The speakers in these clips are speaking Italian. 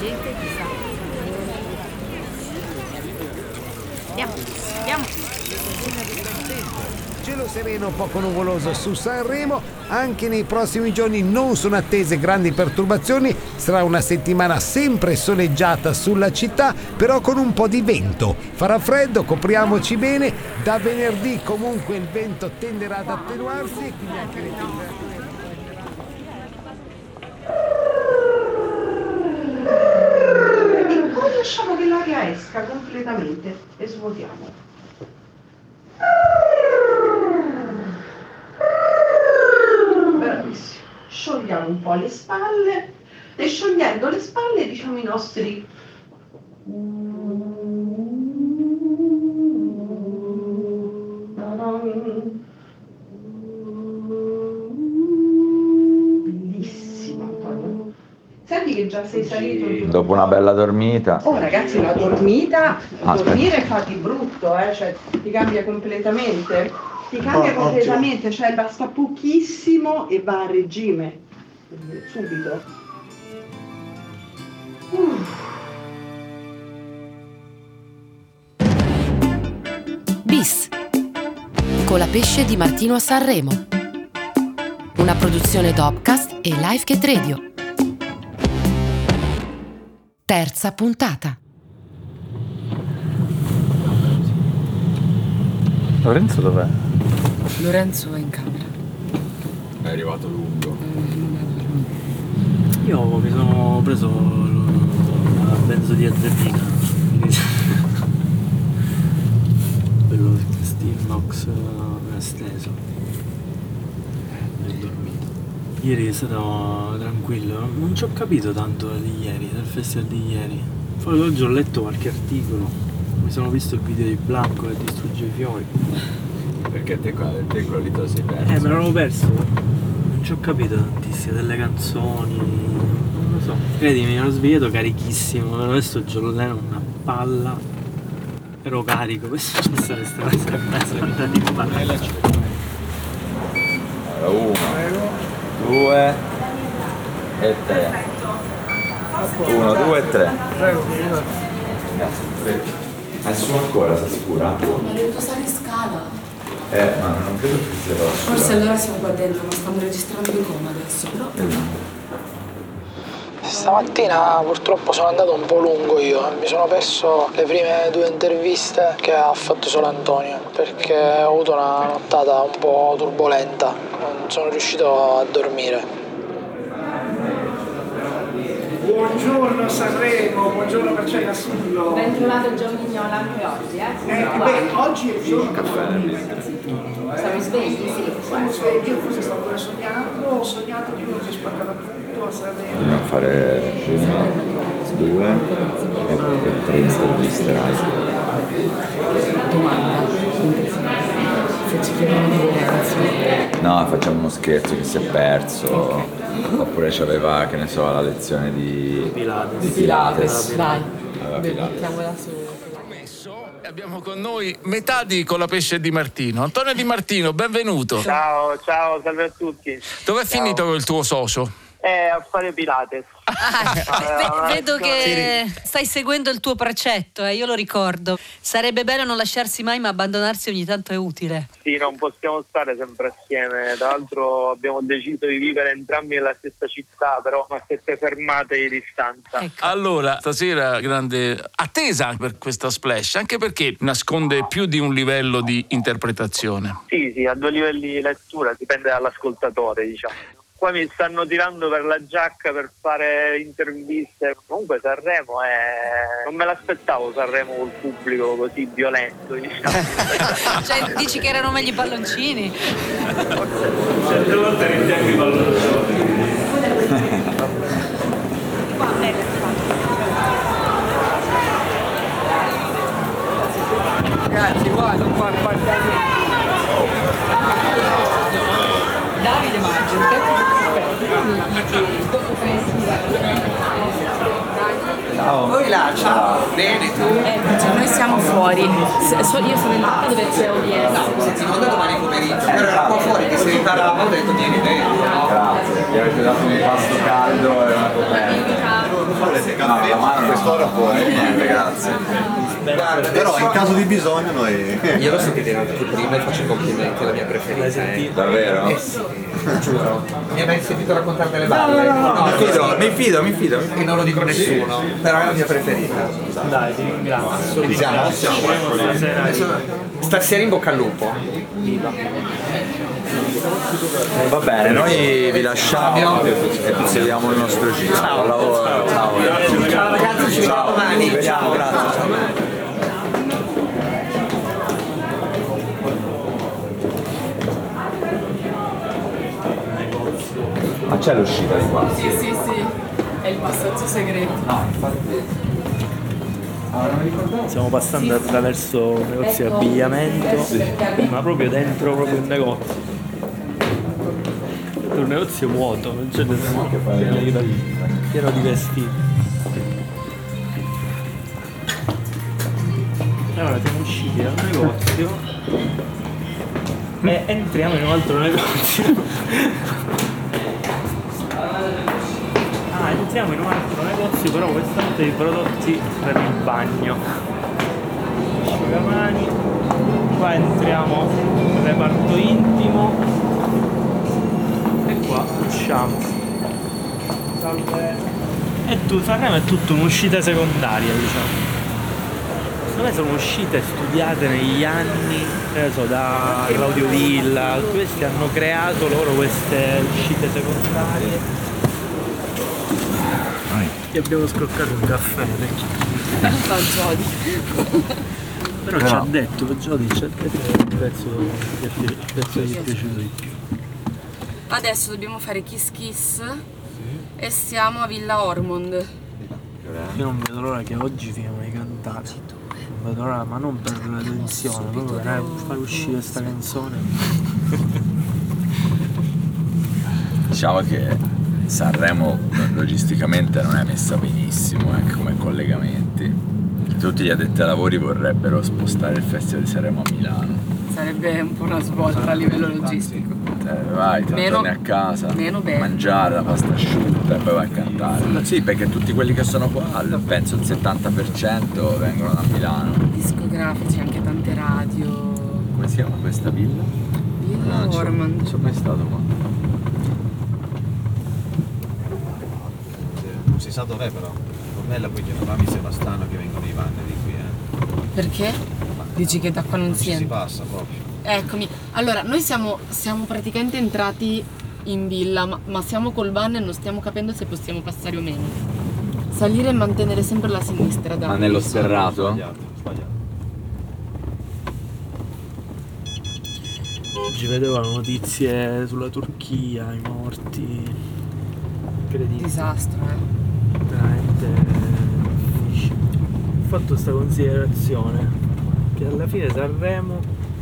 gente chissà. Andiamo. Cielo sereno, poco nuvoloso su Sanremo. Anche nei prossimi giorni non sono attese grandi perturbazioni. Sarà una settimana sempre soleggiata sulla città, però con un po' di vento. Farà freddo, copriamoci bene. Da venerdì comunque il vento tenderà ad attenuarsi e quindi anche le temperature. Poi lasciamo che l'aria esca completamente e svuotiamo. Bravissimo. Sciogliamo un po' le spalle e sciogliendo le spalle diciamo i nostri bellissimo Antonio. Senti che già sei salito. Dopo una bella dormita. Oh ragazzi, la dormita, dormire fa di brutto, cioè ti cambia completamente. Cioè basta pochissimo e va a regime. Subito. Bis. Colapesce di Martino a Sanremo. Una produzione Dopcast e Lifecat Radio. Terza puntata. Lorenzo dov'è? Lorenzo è in camera. È arrivato lungo. Io mi sono preso la benzodiazepina. Quello Stilnox esteso. E dormito. Ieri è stato tranquillo, non ci ho capito tanto di ieri, del festival di ieri. Poi oggi ho letto qualche articolo, mi sono visto il video di Blanco che distrugge i fiori. Perché te quello lì te lo sei perso? Me l'avevo perso, non ci ho capito tantissimo, delle canzoni, non lo so. Credimi, mi ero svegliato carichissimo, me l'ho messo il giornale, una palla, ero carico, questo è stato sempre preso di palla. Allora, 1, 2 e 3. 1, 2 e 3. Nessuno ancora, sei sicura? Ma devo stare in scala. Ma non credo che sia la Forse allora siamo qua dentro, ma stanno registrando in coma adesso, però. Stamattina purtroppo sono andato un po' lungo io, mi sono perso le prime 2 interviste che ha fatto solo Antonio, perché ho avuto una nottata un po' turbolenta, non sono riuscito a dormire. Buongiorno Sanremo, buongiorno Marcella Sullo. Ben trovato John Vignola anche oggi, Oggi è il giorno caffè. Siamo svegli, sì. Siamo svegli, io forse stavo pure sognando, ho sognato di uno che spacca da tutto a Sanremo. Dobbiamo fare 1, 2 e 3 interviste live. Domanda, se ci chiedono di Lorenzo. No, facciamo uno scherzo che si è perso. Oppure c'aveva, che ne so, la lezione di Pilates. Vai, Pilates. mettiamola su. Abbiamo con noi metà di Colapesce di Martino. Antonio Di Martino, benvenuto. Ciao, salve a tutti. Dov'è finito il tuo socio? A fare Pilates. Vedo che stai seguendo il tuo precetto, io lo ricordo. Sarebbe bello non lasciarsi mai, ma abbandonarsi ogni tanto è utile. Sì, non possiamo stare sempre assieme. Tra l'altro abbiamo deciso di vivere entrambi nella stessa città, però a 7 fermate di distanza. Ecco. Allora, stasera grande attesa per questa splash, anche perché nasconde più di un livello di interpretazione. Sì, a 2 livelli di lettura, dipende dall'ascoltatore, diciamo. Qua mi stanno tirando per la giacca per fare interviste. Comunque Sanremo non me l'aspettavo, Sanremo col pubblico così violento, diciamo. Cioè, dici che erano meglio i palloncini? Certe volte rintiamo i palloncini. Ragazzi, guarda, Davide Maggio, Ciao. Voi là, ciao. Bene, tu? cioè noi siamo fuori. Io sono in macchina dove c'è OBS. Senti, non da domani pomeriggio, però era qua fuori che si riparava, ho detto vieni dentro. Grazie, mi avete dato un pasto caldo e una coperta. volete caffè, a quest'ora poi. Niente, grazie. Guarda, però in caso di bisogno noi... Io lo so che ti anche prima e faccio complimenti, è la mia preferita. Davvero? Sì, giuro. Mi hai mai sentito raccontare delle balle? No, mi fido. E non lo dico a nessuno, però è la mia preferita. Dai, ti ringrazio. Diciamo, stasera in bocca al lupo. Va bene, noi vi lasciamo e proseguiamo il nostro giro. Ciao, lavoro. Ciao ragazzi, ci vediamo domani. Vediamo, grazie. Ciao. Ma c'è l'uscita di qua? Sì, è il passaggio segreto. No, infatti. Stiamo passando attraverso un negozio di abbigliamento, ma proprio dentro un negozio. È un negozio vuoto, non c'è nessuno, pieno di vestiti. Allora siamo usciti dal negozio e entriamo in un altro negozio. Entriamo in un altro negozio, però quest'altro di prodotti per il bagno. Asciugamani. Qua entriamo nel reparto intimo e qua usciamo. Salve. E tu, Sanremo è tutta un'uscita secondaria, diciamo. Secondo me sono uscite studiate negli anni, ne so, da Claudio Villa, questi hanno creato loro queste uscite secondarie. E abbiamo scroccato un caffè perché Fa Jody. però ci ha detto che Jody ci ha detto che il pezzo gli è piaciuto di più. Adesso dobbiamo fare Kiss Kiss e siamo a Villa Ormond. Io non vedo l'ora che oggi finiamo di cantare. Non vedo l'ora, ma non per la tensione, proprio per far uscire questa canzone. Diciamo che Sanremo logisticamente non è messa benissimo come collegamenti. Tutti gli addetti ai lavori vorrebbero spostare il Festival di Sanremo a Milano. Sarebbe un po' una svolta a livello logistico. Vai, te torni a casa, mangiare la pasta asciutta e poi vai a cantare. Sì, perché tutti quelli che sono qua, penso il 70% vengono da Milano. Discografici, anche tante radio. Come si chiama questa villa? Villa Ormond. Non sono mai stato qua. Non si sa dov'è però. Ornella poi Genova mi sembra strano che vengono i van di qui. Perché? Dici che da qua non si si passa proprio. Eccomi. Allora, noi siamo praticamente entrati in villa, ma siamo col van e non stiamo capendo se possiamo passare o meno. Salire e mantenere sempre la sinistra, dai. Ma nello sterrato? Sbagliato. Oggi vedevo notizie sulla Turchia, i morti. Incredibile. Disastro, Veramente difficile. Ho fatto questa considerazione che alla fine Sanremo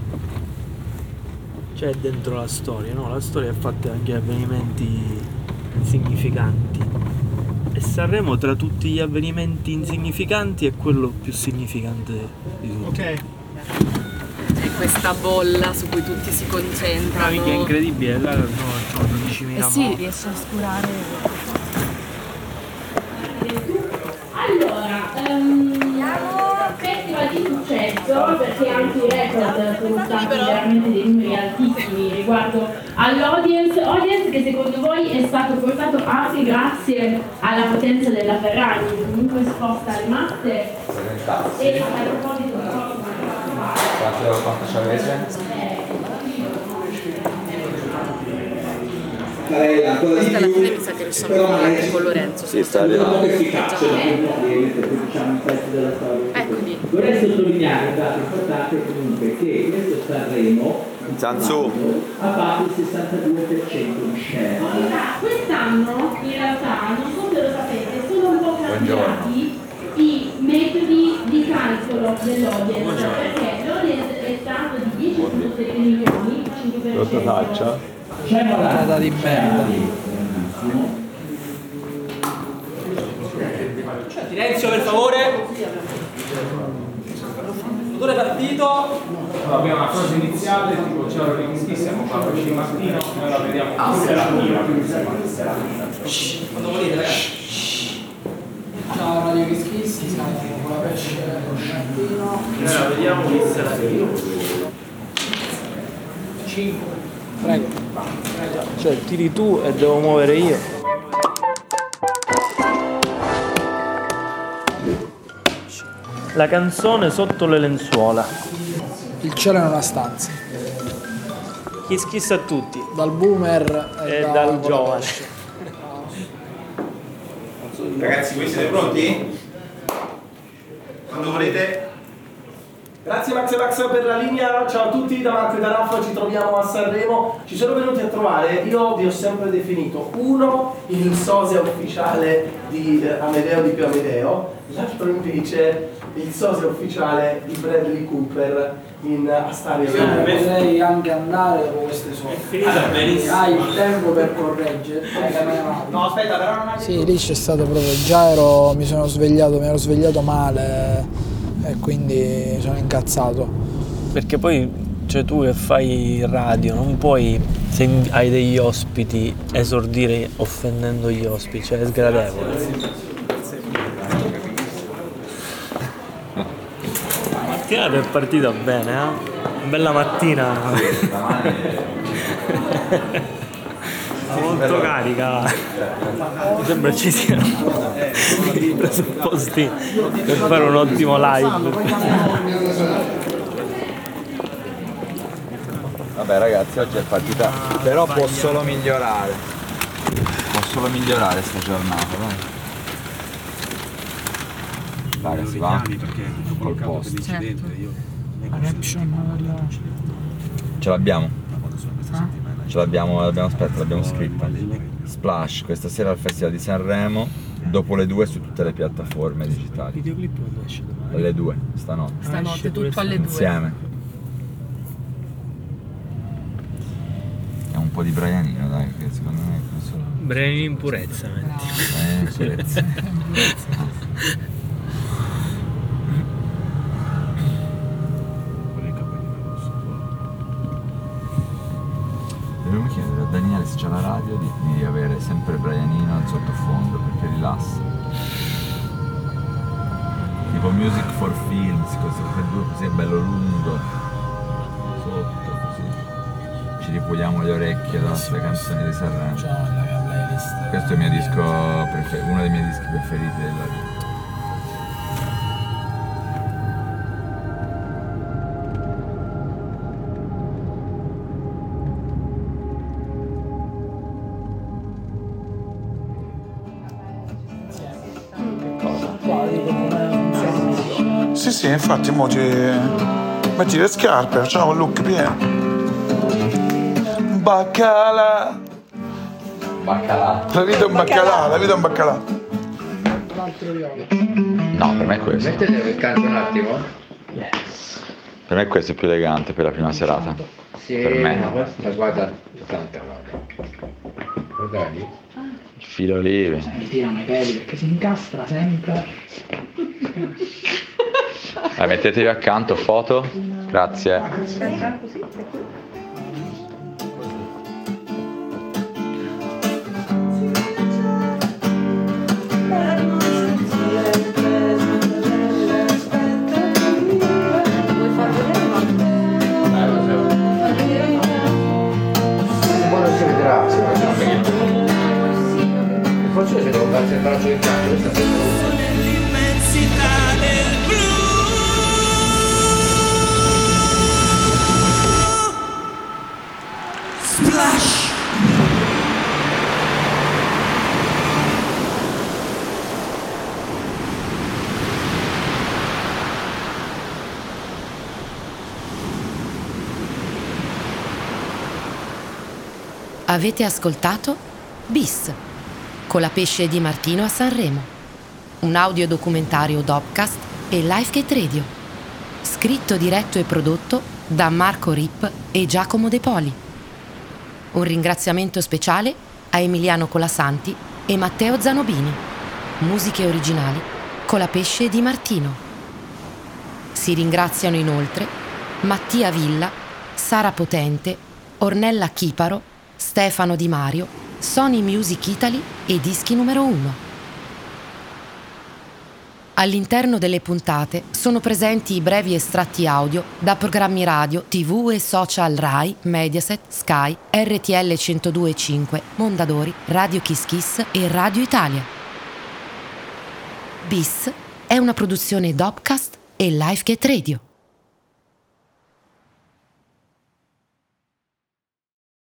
c'è dentro la storia, no? La storia è fatta anche di avvenimenti insignificanti e Sanremo tra tutti gli avvenimenti insignificanti è quello più significante di tutti. Ok. C'è questa bolla su cui tutti si concentrano. Che è incredibile, là sono 12.000 sì, riesce a oscurare. Allora, festival di successo perché anche i record sono stati veramente dei numeri altissimi riguardo audience che secondo voi è stato portato anche grazie alla potenza della Ferrari, che comunque sposta le masse e a proposito quanto ci avete? Questa alla fine mi sa che riusciamo a parlare con Lorenzo. Sì, sta arrivando. Eccoli. Vorrei sottolineare un dato importante comunque che questo Sanremo ha fatto il 62% di share. quest'anno in realtà, non so se lo sapete, sono un po' cambiati i metodi di calcolo dell'audience, perché l'audience è stato di 10,7 milioni, 5%. C'è una di merda. Silenzio per favore. Motore partito. Abbiamo una fase iniziale, tipo ciao Ricky, siamo qua per il mattino, noi la vediamo quando volete ragazzi. Allora, vediamo chi sarà io. 5. Prego. Cioè, tiri tu e devo muovere io. La canzone Sotto le lenzuola. Il cielo è una stanza. Kiss Kiss a tutti. Dal boomer e dal giovane. Ragazzi, voi siete pronti? Quando volete. Grazie Max e Max per la linea, ciao a tutti, da Marco e da Raffa, ci troviamo a Sanremo, ci sono venuti a trovare, io vi ho sempre definito uno il sosia ufficiale di Amedeo di Più Amedeo, l'altro invece il sosia ufficiale di Bradley Cooper in A Stare Insieme. Potrei anche andare dopo queste sono. Hai il tempo per correggere. No, aspetta, però non hai. Sì, lì c'è stato proprio, mi ero svegliato male. E quindi sono incazzato. Perché poi, cioè, tu che fai radio non puoi, se hai degli ospiti, esordire offendendo gli ospiti, cioè è sgradevole. La mattinata è partita bene, eh? Bella mattina. Molto carica. Mi sembra ci siano i presupposti per fare un ottimo live. Vabbè ragazzi, oggi è partita, però può solo migliorare. Può solo migliorare sta giornata, dai. Raga, si va col posto. Ce l'abbiamo? Ce l'abbiamo aspetta, l'abbiamo scritta. Splash, questa sera al Festival di Sanremo, dopo le 2 su tutte le piattaforme digitali. Il videoclip quando esce domani? Alle 2, stanotte. Stanotte, tutto alle 2. Insieme. È un po' di Brianino, dai, che secondo me è solo... Brianino in purezza, metti. Purezza. Dobbiamo chiedere a Daniele se c'è la radio di avere sempre Brianino al sottofondo perché rilassa. Tipo Music for Films, così è bello lungo. Sotto, così. Ci ripuliamo le orecchie dalle canzoni di Sanremo. Questo è il mio disco uno dei miei dischi preferiti della vita. Sì, infatti mo metti le scarpe, facciamo un look pieno. Baccalà. La vita è un baccalà, la vita è un baccalà. No, per me è questo. Mettete il canto un attimo. Yes. Per me questo è più elegante per la prima serata. Sì, per me. Ma guarda, tanta guarda lì. Il filo lì. Mi tirano i peli perché si incastra sempre. Mettetevi accanto, foto. Grazie. Quando si vedrà, forse se devo darsi il braccio di canto, questa è nell'immensità del blu. Splash. Avete ascoltato Bis, con la pesce di Martino a Sanremo, un audiodocumentario Dopcast e Lifegate Radio, scritto, diretto e prodotto da Marco Ripp e Giacomo De Poli. Un ringraziamento speciale a Emiliano Colasanti e Matteo Zanobini, musiche originali con la pesce di Martino. Si ringraziano inoltre Mattia Villa, Sara Potente, Ornella Chiparo, Stefano Di Mario, Sony Music Italy e Dischi numero 1. All'interno delle puntate sono presenti i brevi estratti audio da programmi radio, TV e social Rai, Mediaset, Sky, RTL 102.5, Mondadori, Radio Kiss Kiss e Radio Italia. Bis è una produzione Dopcast e Lifegate Radio.